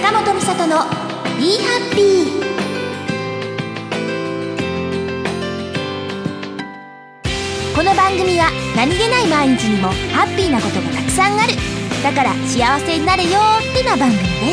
坂本美里の Be Happy。 この番組は何気ない毎日にもハッピーなことがたくさんある、だから幸せになれよってな番組です。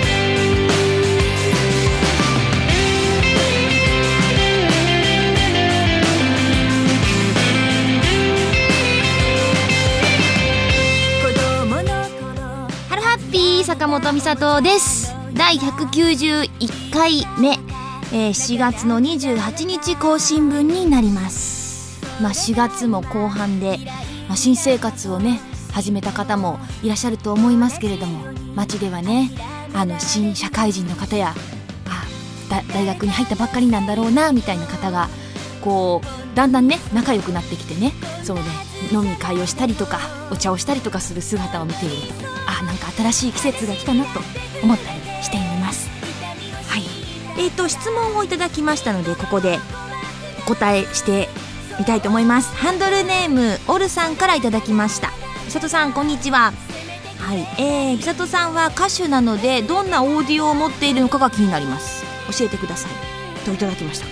坂本美里です。第191回目、4月の28日更新分になります。4月も後半で、新生活をね始めた方もいらっしゃると思いますけれども、街ではね新社会人の方や大学に入ったばっかりなんだろうなみたいな方がこうだんだんね仲良くなってきてね、そうね飲み会をしたりとかお茶をしたりとかする姿を見ていると、なんか新しい季節が来たなと思ったりしています。はい、質問をいただきましたので、ここでお答えしてみたいと思います。ハンドルネームオルさんからいただきました。美里さんこんにちは。はい、美里さんは歌手なのでどんなオーディオを持っているのかが気になります。教えてくださいといただきました。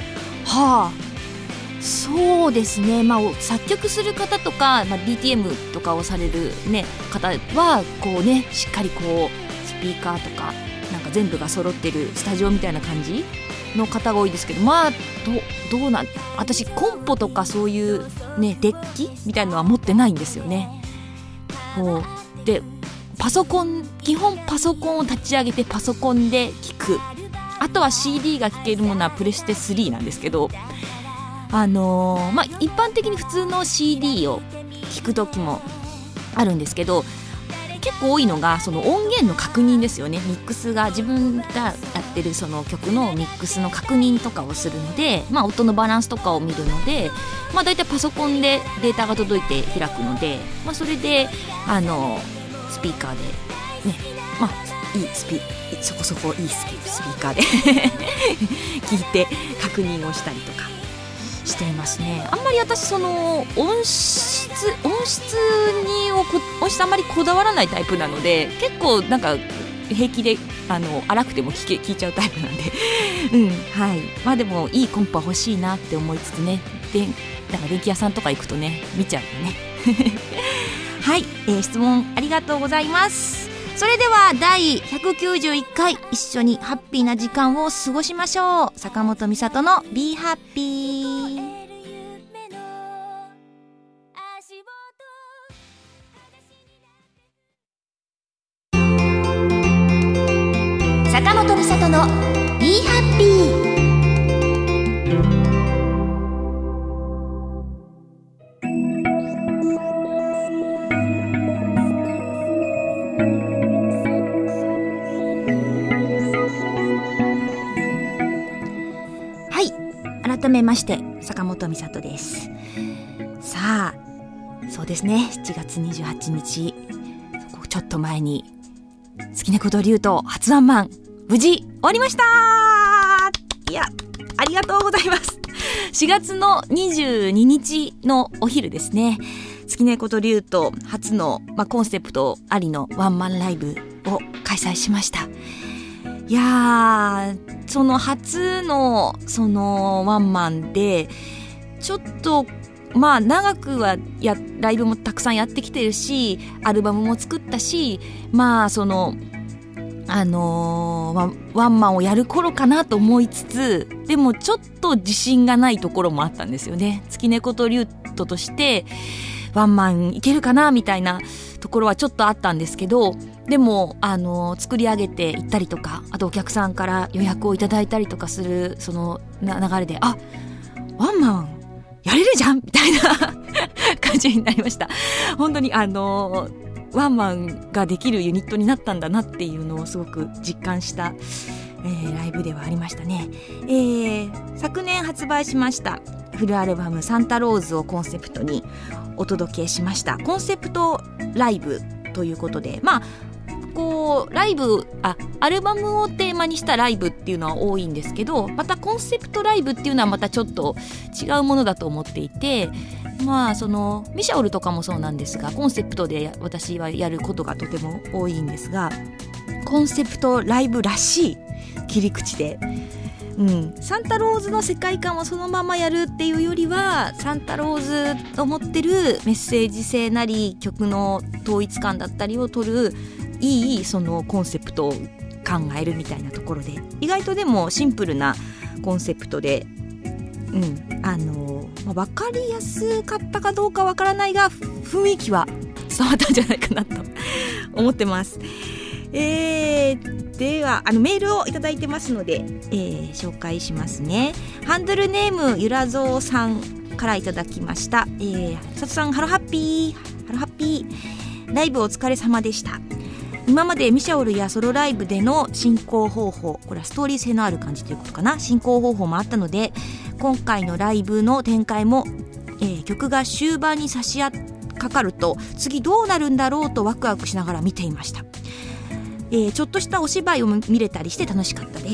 そうですね、作曲する方とか、DTM とかをされる、方はこうねしっかりこうスピーカーとかなんか全部が揃ってるスタジオみたいな感じの方が多いですけど、どうなん私コンポとかそういうねデッキみたいなのは持ってないんですよね。で基本パソコンを立ち上げてパソコンで聴く、あとは CD が聴けるものはプレステ3なんですけど、一般的に普通の CD を聴く時もあるんですけど、結構多いのがその音源の確認ですよね。ミックスが自分がやってるその曲のミックスの確認とかをするので、音のバランスとかを見るので、だいたいパソコンでデータが届いて開くので、それでスピーカーでね、そこそこいいスピーカーで聞いて確認をしたりとかしていますね。あんまり私その音質あんまりこだわらないタイプなので、結構なんか平気で荒くても聞いちゃうタイプなんではい、でもいいコンポは欲しいなって思いつつね、なんか電気屋さんとか行くとね見ちゃうよねはい、質問ありがとうございます。それでは第191回一緒にハッピーな時間を過ごしましょう。坂本美里の Be Happy。 坂本美里の Be Happy。改めまして坂本美里です。さあそうですね、7月28日ちょっと前に月猫と竜と初ワンマン無事終わりました。いやありがとうございます。4月の22日のお昼ですね、月猫と竜と初の、コンセプトありのワンマンライブを開催しました。いやー、その初のそのワンマンでちょっと長くはライブもたくさんやってきてるし、アルバムも作ったし、そのワンマンをやる頃かなと思いつつ、でもちょっと自信がないところもあったんですよね。月猫と竜としてワンマンいけるかなみたいなところはちょっとあったんですけど、でも作り上げていったりとか、あとお客さんから予約をいただいたりとかするその流れで、ワンマンやれるじゃんみたいな感じになりました。本当にワンマンができるユニットになったんだなっていうのをすごく実感した、ライブではありましたね。昨年発売しましたフルアルバムサンタローズをコンセプトにお届けしました。コンセプトライブということで、こうライブアルバムをテーマにしたライブっていうのは多いんですけど、またコンセプトライブっていうのはまたちょっと違うものだと思っていて、そのミシャオルとかもそうなんですが、コンセプトで私はやることがとても多いんですが、 コンセプトライブらしい切り口で、サンタローズの世界観をそのままやるっていうよりは、サンタローズの持ってるメッセージ性なり曲の統一感だったりを取るいいそのコンセプトを考えるみたいなところで、意外とでもシンプルなコンセプトで、分かりやすかったかどうかわからないが、雰囲気は伝わったんじゃないかなと思ってます。ではメールをいただいてますので、紹介しますね。ハンドルネームゆらぞうさんからいただきました。さとさん、ハロハッピーライブお疲れ様でした。今までミシャオルやソロライブでの進行方法、これはストーリー性のある感じということかな、進行方法もあったので、今回のライブの展開も、曲が終盤に差し掛かると次どうなるんだろうとワクワクしながら見ていました。ちょっとしたお芝居を見れたりして楽しかったです。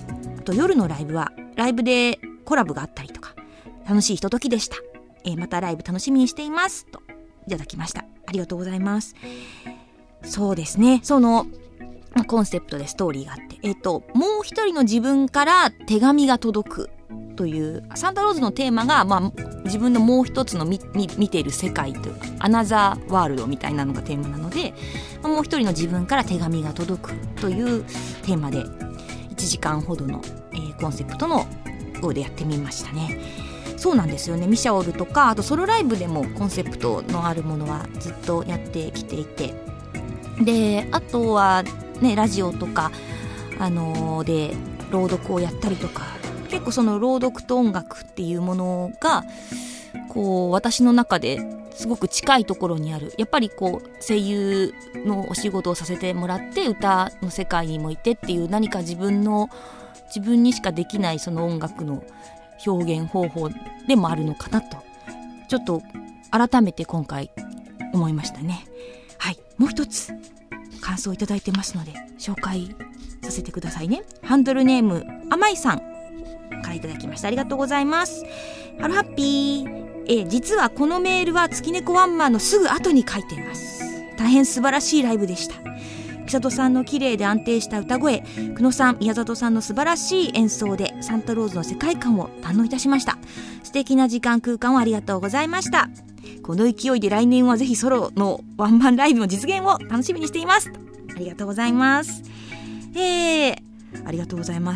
あと夜のライブはライブでコラボがあったりとか楽しいひとときでした。またライブ楽しみにしていますといただきました。ありがとうございます。そうですね、そのコンセプトでストーリーがあって、もう一人の自分から手紙が届くというサンタローズのテーマが、自分のもう一つの見ている世界というかアナザーワールドみたいなのがテーマなので、もう一人の自分から手紙が届くというテーマで1時間ほどの、コンセプトの方でやってみましたね。そうなんですよね。ミシャオルとかあとソロライブでもコンセプトのあるものはずっとやってきていて、であとはねラジオとかで朗読をやったりとか、結構その朗読と音楽っていうものがこう私の中ですごく近いところにある。やっぱりこう声優のお仕事をさせてもらって歌の世界にもいてっていう、何か自分にしかできないその音楽の表現方法でもあるのかなと、ちょっと改めて今回思いましたね。はい、もう一つ感想をいただいてますので紹介させてくださいね。ハンドルネームあまいさんからいただきました。ありがとうございます。ハロハッピー。実はこのメールは月猫ワンマンのすぐ後に書いています。大変素晴らしいライブでした。木里さんの綺麗で安定した歌声、久野さん、宮里さんの素晴らしい演奏でサンタローズの世界観を堪能いたしました。素敵な時間空間をありがとうございました。この勢いで来年はぜひソロのワンマンライブの実現を楽しみにしています。ありがとうございます。ありがとうございます。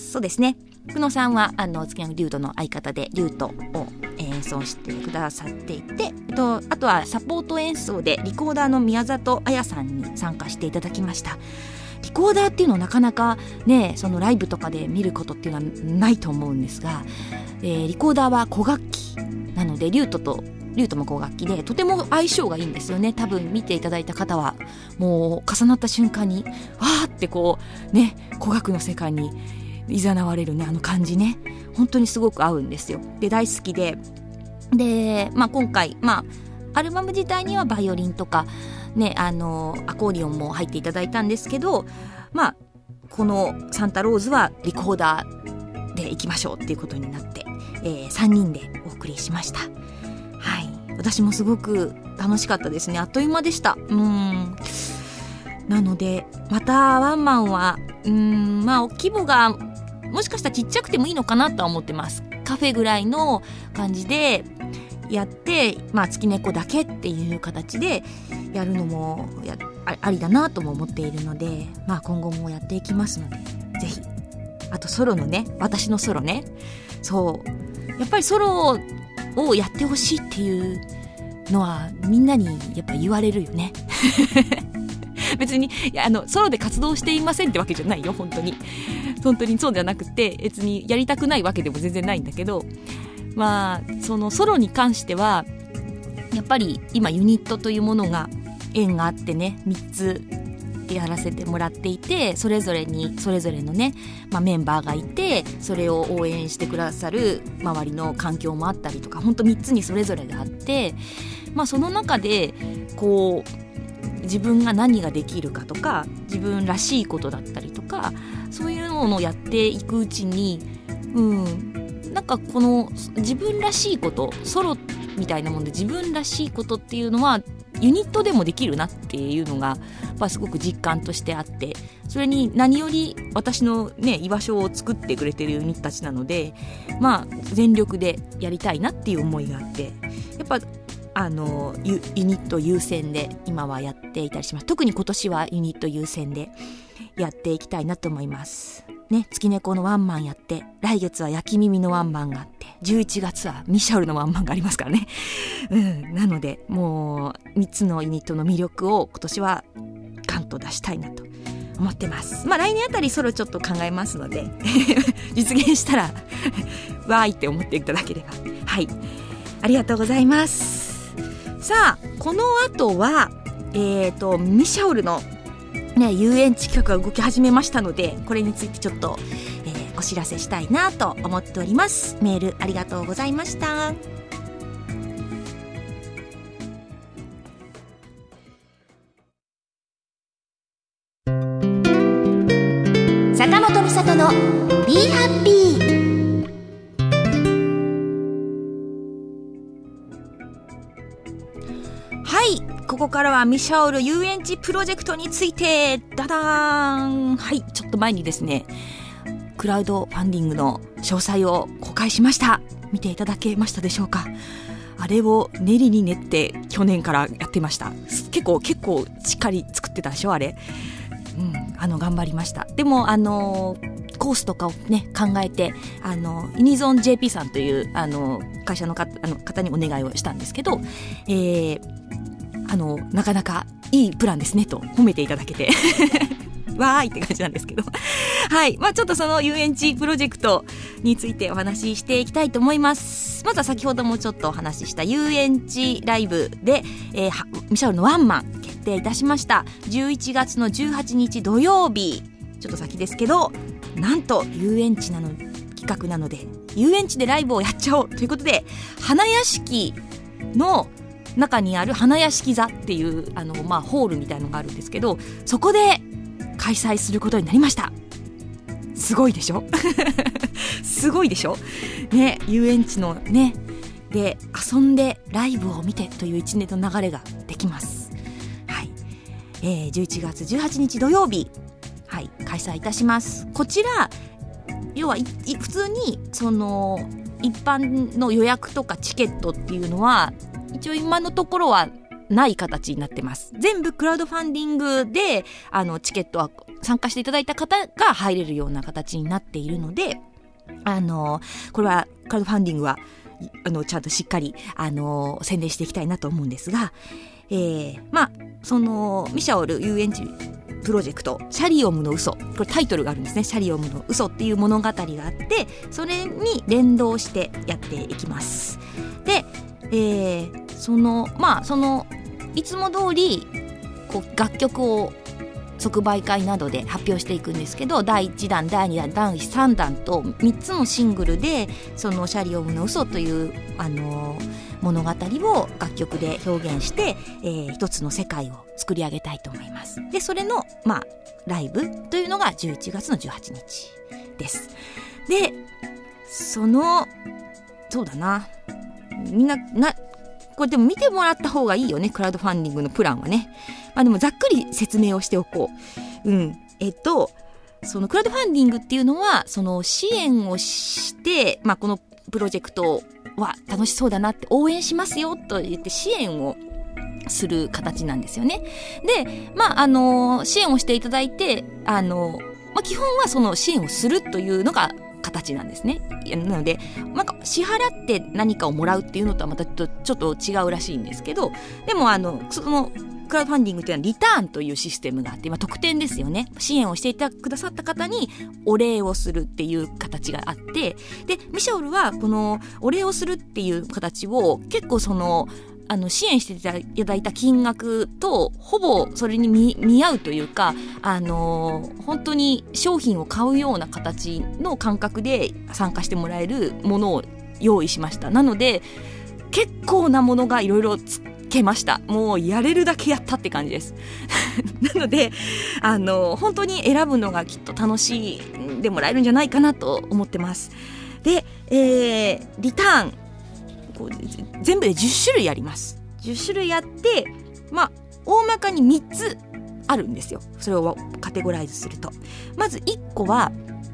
そうですね、久野さんは月のリュートの相方でリュートを演奏してくださっていて、あとはサポート演奏でリコーダーの宮里彩さんに参加していただきました。リコーダーっていうのはなかなかね、そのライブとかで見ることっていうのはないと思うんですが、リコーダーは古楽器なのでリュートも古楽器でとても相性がいいんですよね。多分見ていただいた方はもう重なった瞬間にわーってこうね、古楽の世界に誘われるね、あの感じね、本当にすごく合うんですよ。で大好きで、今回アルバム自体にはバイオリンとかね、アコーディオンも入っていただいたんですけど、このサンタローズはリコーダーでいきましょうっていうことになって、3人でお送りしました。はい、私もすごく楽しかったですね。あっという間でした。なのでまたワンマンは規模がもしかしたらちっちゃくてもいいのかなとは思ってます。カフェぐらいの感じでやって、月猫だけっていう形でやるのもありだなとも思っているので、今後もやっていきますので、ぜひ。あとソロのね、私のソロね、そうやっぱりソロをやってほしいっていうのはみんなにやっぱ言われるよね別にソロで活動していませんってわけじゃないよ。本当にそうではなくて、別にやりたくないわけでも全然ないんだけど、そのソロに関してはやっぱり今ユニットというものが縁があってね、3つやらせてもらっていて、それぞれのね、メンバーがいて、それを応援してくださる周りの環境もあったりとか、本当3つにそれぞれがあって、その中でこう自分が何ができるかとか、自分らしいことだったりとか、そういうのをやっていくうちに、なんかこの自分らしいこと、ソロみたいなもんで自分らしいことっていうのはユニットでもできるなっていうのがやっぱすごく実感としてあって、それに何より私のね居場所を作ってくれてるユニットたちなので、全力でやりたいなっていう思いがあって、やっぱユニット優先で今はやっていたりします。特に今年はユニット優先でやっていきたいなと思いますね。月猫のワンマンやって、来月は焼き耳のワンマンがあって、11月はミシャオルのワンマンがありますからね。なのでもう3つのユニットの魅力を今年はガンと出したいなと思ってます。来年あたりソロちょっと考えますので実現したらわーいって思っていただければ、はい、ありがとうございます。さあこの後はミシャオルの遊園地企画が動き始めましたので、これについてちょっと、お知らせしたいなと思っております。メールありがとうございました。坂本美里の Be Happy。 はい、ここからはミシャオル遊園地プロジェクトについてダダーン。はい、ちょっと前にですねクラウドファンディングの詳細を公開しました。見ていただけましたでしょうか。あれを練りに練って去年からやってました。結構しっかり作ってたでしょあれ。頑張りました。でもコースとかをね考えてユニゾン JP さんという会社の方にお願いをしたんですけど、なかなかいいプランですねと褒めていただけてわーいって感じなんですけどはい、ちょっとその遊園地プロジェクトについてお話ししていきたいと思います。まずは先ほどもちょっとお話しした遊園地ライブで、ミシャオルのワンマン決定いたしました。11月の18日土曜日、ちょっと先ですけど、なんと遊園地企画なので遊園地でライブをやっちゃおうということで、花屋敷の中にある花屋敷座っていうホールみたいのがあるんですけど、そこで開催することになりました。すごいでしょすごいでしょね。遊園地のねで遊んでライブを見てという一年の流れができます。はい、11月18日土曜日、はい、開催いたします。こちら要は普通にその一般の予約とかチケットっていうのは一応今のところはない形になってます。全部クラウドファンディングでチケットは参加していただいた方が入れるような形になっているので、これはクラウドファンディングはちゃんとしっかり宣伝していきたいなと思うんですが、そのミシャオル遊園地プロジェクトシャリオムの嘘、これタイトルがあるんですね。シャリオムの嘘っていう物語があって、それに連動してやっていきます。で、そのいつも通り楽曲を即売会などで発表していくんですけど、第1弾第2弾第3弾と3つのシングルでそのシャリオムの嘘という物語を楽曲で表現して、一つの世界を作り上げたいと思います。でそれのライブというのが11月の18日です。でそうだな、みんなこれでも見てもらった方がいいよね、クラウドファンディングのプランはね。でもざっくり説明をしておこう。そのクラウドファンディングっていうのはその支援をして、このプロジェクトは楽しそうだなって応援しますよと言って支援をする形なんですよね。で、支援をしていただいて基本はその支援をするというのが形なんですね。なので支払って何かをもらうっていうのとはまたちょっと違うらしいんですけど、でもそのクラウドファンディングというのはリターンというシステムがあって、特典ですよね。支援をしてくださった方にお礼をするっていう形があって、でミシャオルはこのお礼をするっていう形を結構支援していただいた金額とほぼそれに見合うというか、本当に商品を買うような形の感覚で参加してもらえるものを用意しました。なので結構なものがいろいろつけました。もうやれるだけやったって感じですなので本当に選ぶのがきっと楽しんでもらえるんじゃないかなと思ってます。で、リターン全部で10種類あります。10種類あって大まかに3つあるんですよ。それをカテゴライズすると、まず1個は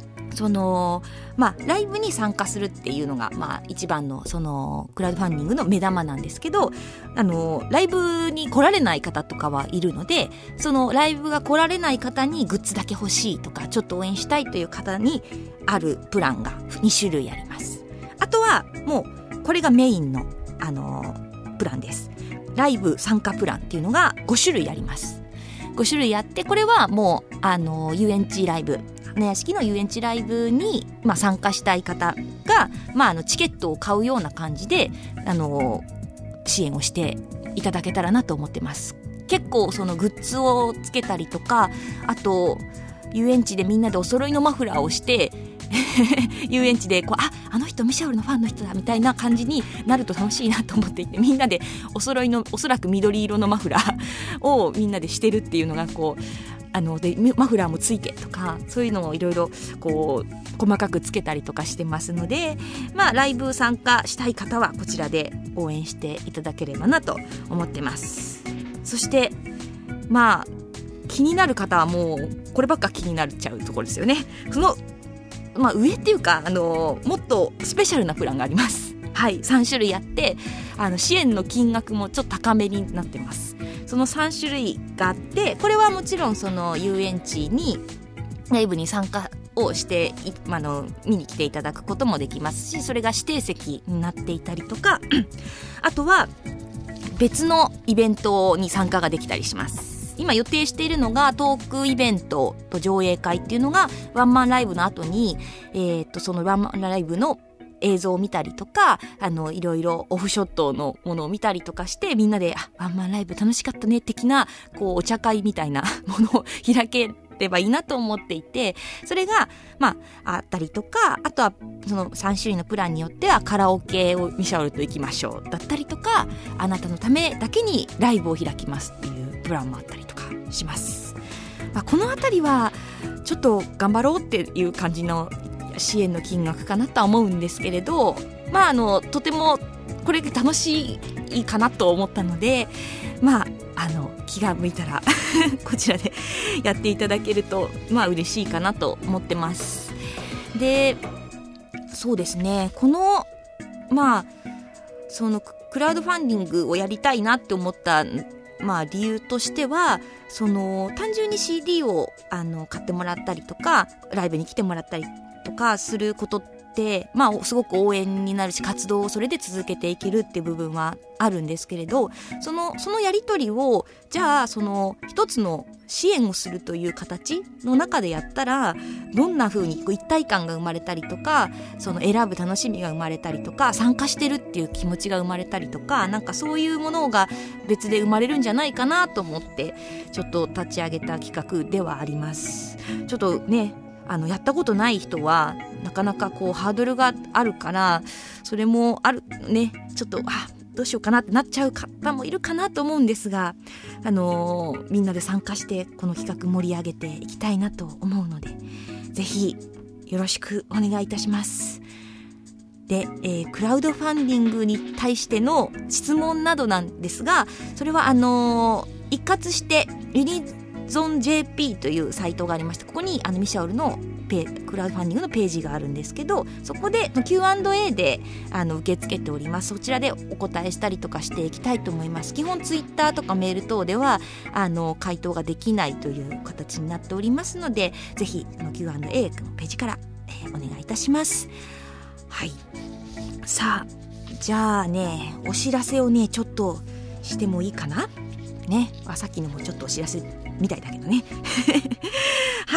ライブに参加するっていうのが、一番のクラウドファンディングの目玉なんですけど、ライブに来られない方とかはいるので、そのライブが来られない方にグッズだけ欲しいとか、ちょっと応援したいという方にあるプランが2種類あります。あとはもうこれがメインの、プランです。ライブ参加プランっていうのが5種類あります。5種類あって、これはもう遊園地ライブ、花屋敷の遊園地ライブに、参加したい方が、チケットを買うような感じで支援をしていただけたらなと思ってます。結構そのグッズをつけたりとか、あと遊園地でみんなでお揃いのマフラーをして遊園地であの人ミシャオルのファンの人だみたいな感じになると楽しいなと思っていて、みんなでお揃いのおそらく緑色のマフラーをみんなでしてるっていうのがでマフラーもついてとか、そういうのをいろいろ細かくつけたりとかしてますので、ライブ参加したい方はこちらで応援していただければなと思ってます。そして気になる方はもうこればっか気になっちゃうところですよね。その上っていうかもっとスペシャルなプランがあります。はい、3種類あって、支援の金額もちょっと高めになってます。その3種類があって、これはもちろんその遊園地にライブに参加をして見に来ていただくこともできますし、それが指定席になっていたりとかあとは別のイベントに参加ができたりします。今予定しているのがトークイベントと上映会っていうのがワンマンライブの後に、そのワンマンライブの映像を見たりとか、いろいろオフショットのものを見たりとかして、みんなでワンマンライブ楽しかったね的なお茶会みたいなものを開ければいいなと思っていて、それがあったりとか、あとはその3種類のプランによってはカラオケをミシャオルと行きましょうだったりとか、あなたのためだけにライブを開きますっていうプランもあったりとかします。このあたりはちょっと頑張ろうっていう感じの支援の金額かなとは思うんですけれど、とてもこれで楽しいかなと思ったので、気が向いたらこちらでやっていただけると嬉しいかなと思ってます。で、そうですね、このそのクラウドファンディングをやりたいなって思った理由としては、単純に CD を買ってもらったりとか、ライブに来てもらったりとかすることってすごく応援になるし、活動をそれで続けていけるっていう部分はあるんですけれど、そのやり取りをじゃあその一つの支援をするという形の中でやったら、どんな風に一体感が生まれたりとか、その選ぶ楽しみが生まれたりとか、参加してるっていう気持ちが生まれたりとか、そういうものが別で生まれるんじゃないかなと思って、ちょっと立ち上げた企画ではあります。ちょっとね、やったことない人はなかなかハードルがあるから、それもあるね、ちょっとどうしようかなってなっちゃう方もいるかなと思うんですが、みんなで参加してこの企画盛り上げていきたいなと思うので、ぜひよろしくお願いいたします。で、クラウドファンディングに対しての質問などなんですが、それは一括してユニゾン JP というサイトがありまして、ここにミシャオルのクラウドファンディングのページがあるんですけど、そこで Q&A で受け付けております。そちらでお答えしたりとかしていきたいと思います。基本ツイッターとかメール等では回答ができないという形になっておりますので、ぜひQ&A のページから、お願いいたします。はい、さあじゃあね、お知らせをねちょっとしてもいいかなね。さっきのもちょっとお知らせみたいだけどねはい、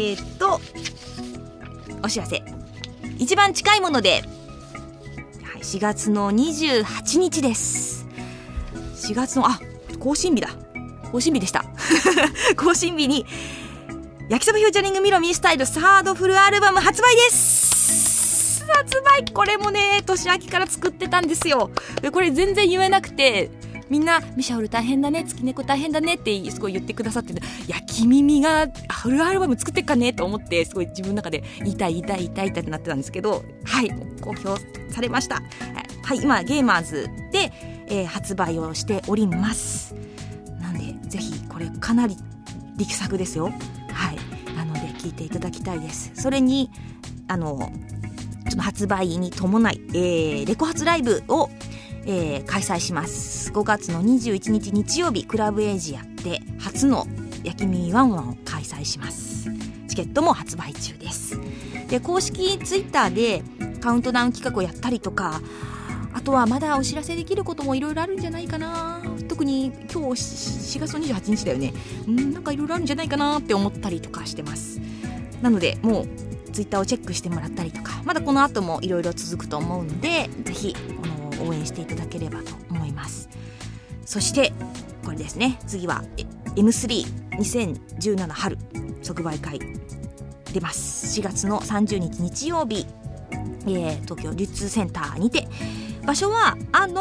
お知らせ、一番近いもので、4月の28日です。4月の更新日でした更新日に焼きそばフューチャリングミロミースタイルサードフルアルバム発売です。発売、これもね年明けから作ってたんですよ。でこれ全然言えなくて、みんなミシャオル大変だね、月猫大変だねってすごい言ってくださって、いや君みがフルアルバム作ってっかねと思って、すごい自分の中で言いたいってなってたんですけど、はい、公表されました。はい、今ゲーマーズで、発売をしております。 れかなり力作ですよ。はい、なので聴いていただきたいです。それにその発売に伴い、レコ発ライブを、開催します。5月の21日日曜日、クラブエイジアで初の焼き耳ワンワンを開催します。チケットも発売中です。で、公式ツイッターでカウントダウン企画をやったりとか、あとはまだお知らせできることもいろいろあるんじゃないかな。特に今日4月の28日だよね。なんかいろいろあるんじゃないかなって思ったりとかしてます。なのでもうツイッターをチェックしてもらったりとか、まだこの後もいろいろ続くと思うので、ぜひ応援していただければと思います。そしてこれですね、次は M32017 春即売会出ます。4月の30日日曜日、東京流通センターにて、場所は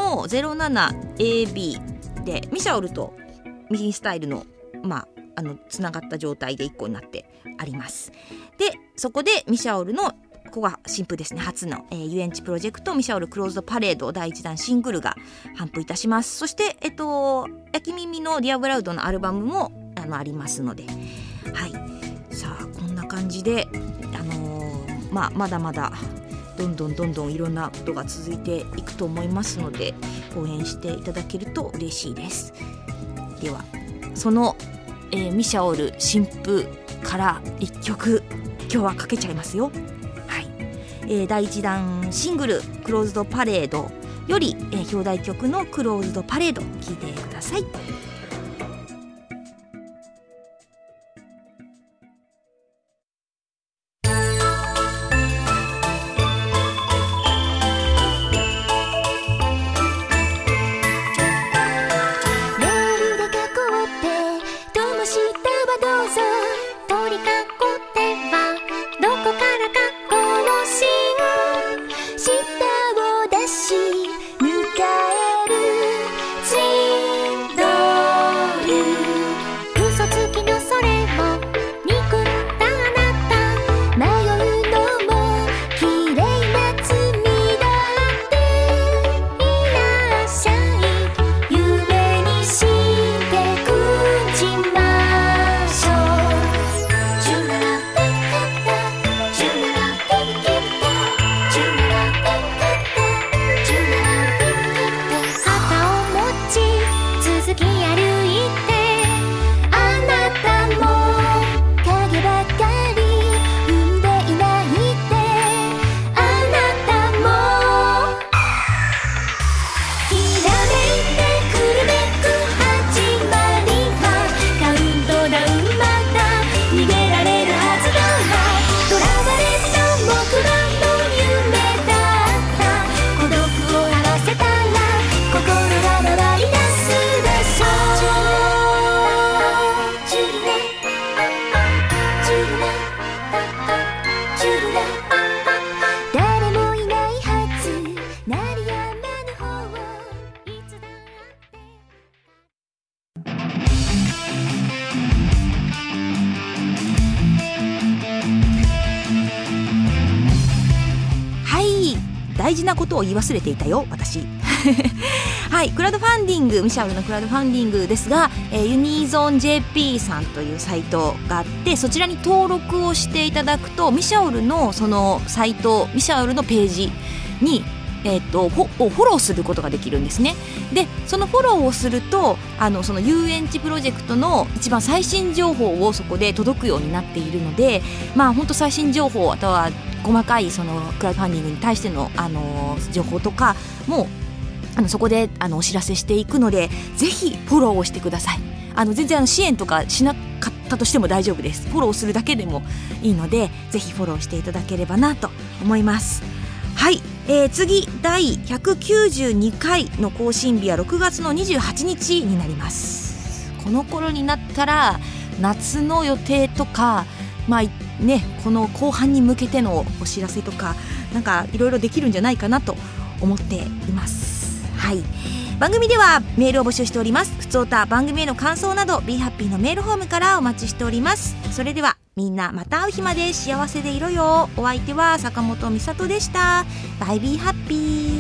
07AB でミシャオルとミヒンスタイルのつながった状態で1個になってあります。で、そこでミシャオルのここが新譜ですね、初の、遊園地プロジェクトミシャオルクローズドパレード第1弾シングルが頒布いたします。そして、焼き耳のディアブラウドのアルバムもありますので、はい、さあこんな感じで、まだまだどんどんいろんなことが続いていくと思いますので、応援していただけると嬉しいです。ではその、ミシャオル新譜から1曲今日はかけちゃいますよ。第1弾シングルクローズドパレードより、表題曲のクローズドパレード聴いてください。大事なことを言い忘れていたよ私はい、クラウドファンディング、ミシャオルのクラウドファンディングですが、ユニゾン JP さんというサイトがあって、そちらに登録をしていただくとミシャオルのそのサイト、ミシャオルのページにフォローすることができるんですね。で、そのフォローをするとその遊園地プロジェクトの一番最新情報をそこで届くようになっているので、本当最新情報、あとは細かいそのクラウドファンディングに対しての、情報とかもそこでお知らせしていくので、ぜひフォローをしてください。全然支援とかしなかったとしても大丈夫です。フォローするだけでもいいので、ぜひフォローしていただければなと思います。はい、次第192回の更新日は6月の28日になります。この頃になったら夏の予定とか、この後半に向けてのお知らせとか、なんかいろいろできるんじゃないかなと思っています。はい、番組ではメールを募集しております。ふつおた、番組への感想など BeHappy のメールフォームからお待ちしております。それではみんなまた会う日まで幸せでいろよ。お相手は坂本美里でした。バイビーハッピー。